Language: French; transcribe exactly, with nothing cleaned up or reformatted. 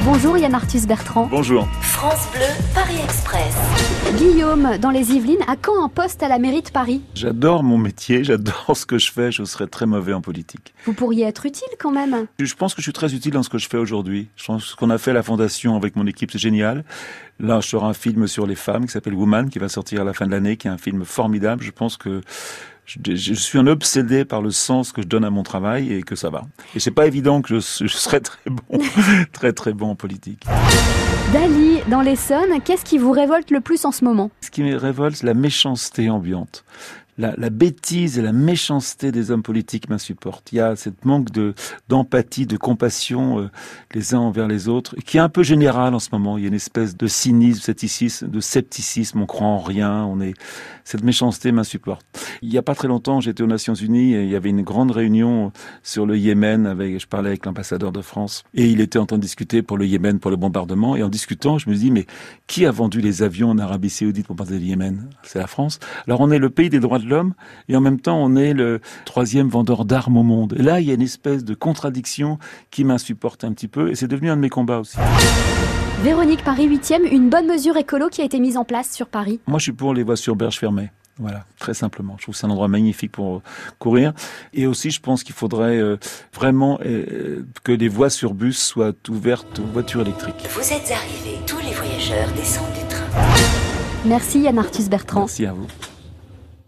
Bonjour Yann Arthus Bertrand. Bonjour. France Bleu, Paris Express. Guillaume, dans les Yvelines, à quand un poste à la mairie de Paris? J'adore mon métier, j'adore ce que je fais, je serais très mauvais en politique. Vous pourriez être utile quand même. Je pense que je suis très utile dans ce que je fais aujourd'hui. Je pense que ce qu'on a fait à la Fondation avec mon équipe, c'est génial. Là, je sors un film sur les femmes qui s'appelle Woman, qui va sortir à la fin de l'année, qui est un film formidable. Je pense que je, je suis un obsédé par le sens que je donne à mon travail et que ça va. Et c'est pas évident que je, je serais très bon, très très bon en politique. Dali, dans l'Essonne, qu'est-ce qui vous révolte le plus en ce moment? Ce qui me révolte, c'est la méchanceté ambiante. La, la bêtise et la méchanceté des hommes politiques m'insupportent. Il y a cette manque de d'empathie, de compassion euh, les uns envers les autres, qui est un peu général en ce moment. Il y a une espèce de cynisme, scepticisme, de scepticisme. On croit en rien. On est cette méchanceté m'insupporte. Il y a pas très longtemps, j'étais aux Nations Unies et il y avait une grande réunion sur le Yémen. Avec, je parlais avec l'ambassadeur de France et il était en train de discuter pour le Yémen, pour le bombardement. Et en discutant, je me dis mais qui a vendu les avions en Arabie Saoudite pour bombarder le Yémen? C'est la France. Alors on est le pays des droits de l'homme et en même temps on est le troisième vendeur d'armes au monde. Et là il y a une espèce de contradiction qui m'insupporte un petit peu et c'est devenu un de mes combats aussi. Véronique, Paris huitième, une bonne mesure écolo qui a été mise en place sur Paris. Moi je suis pour les voies sur berge fermées. Voilà, très simplement. Je trouve que c'est un endroit magnifique pour courir. Et aussi, je pense qu'il faudrait euh, vraiment euh, que les voies sur bus soient ouvertes aux voitures électriques. Vous êtes arrivés, tous les voyageurs descendent du train. Merci Yann Arthus Bertrand. Merci à vous.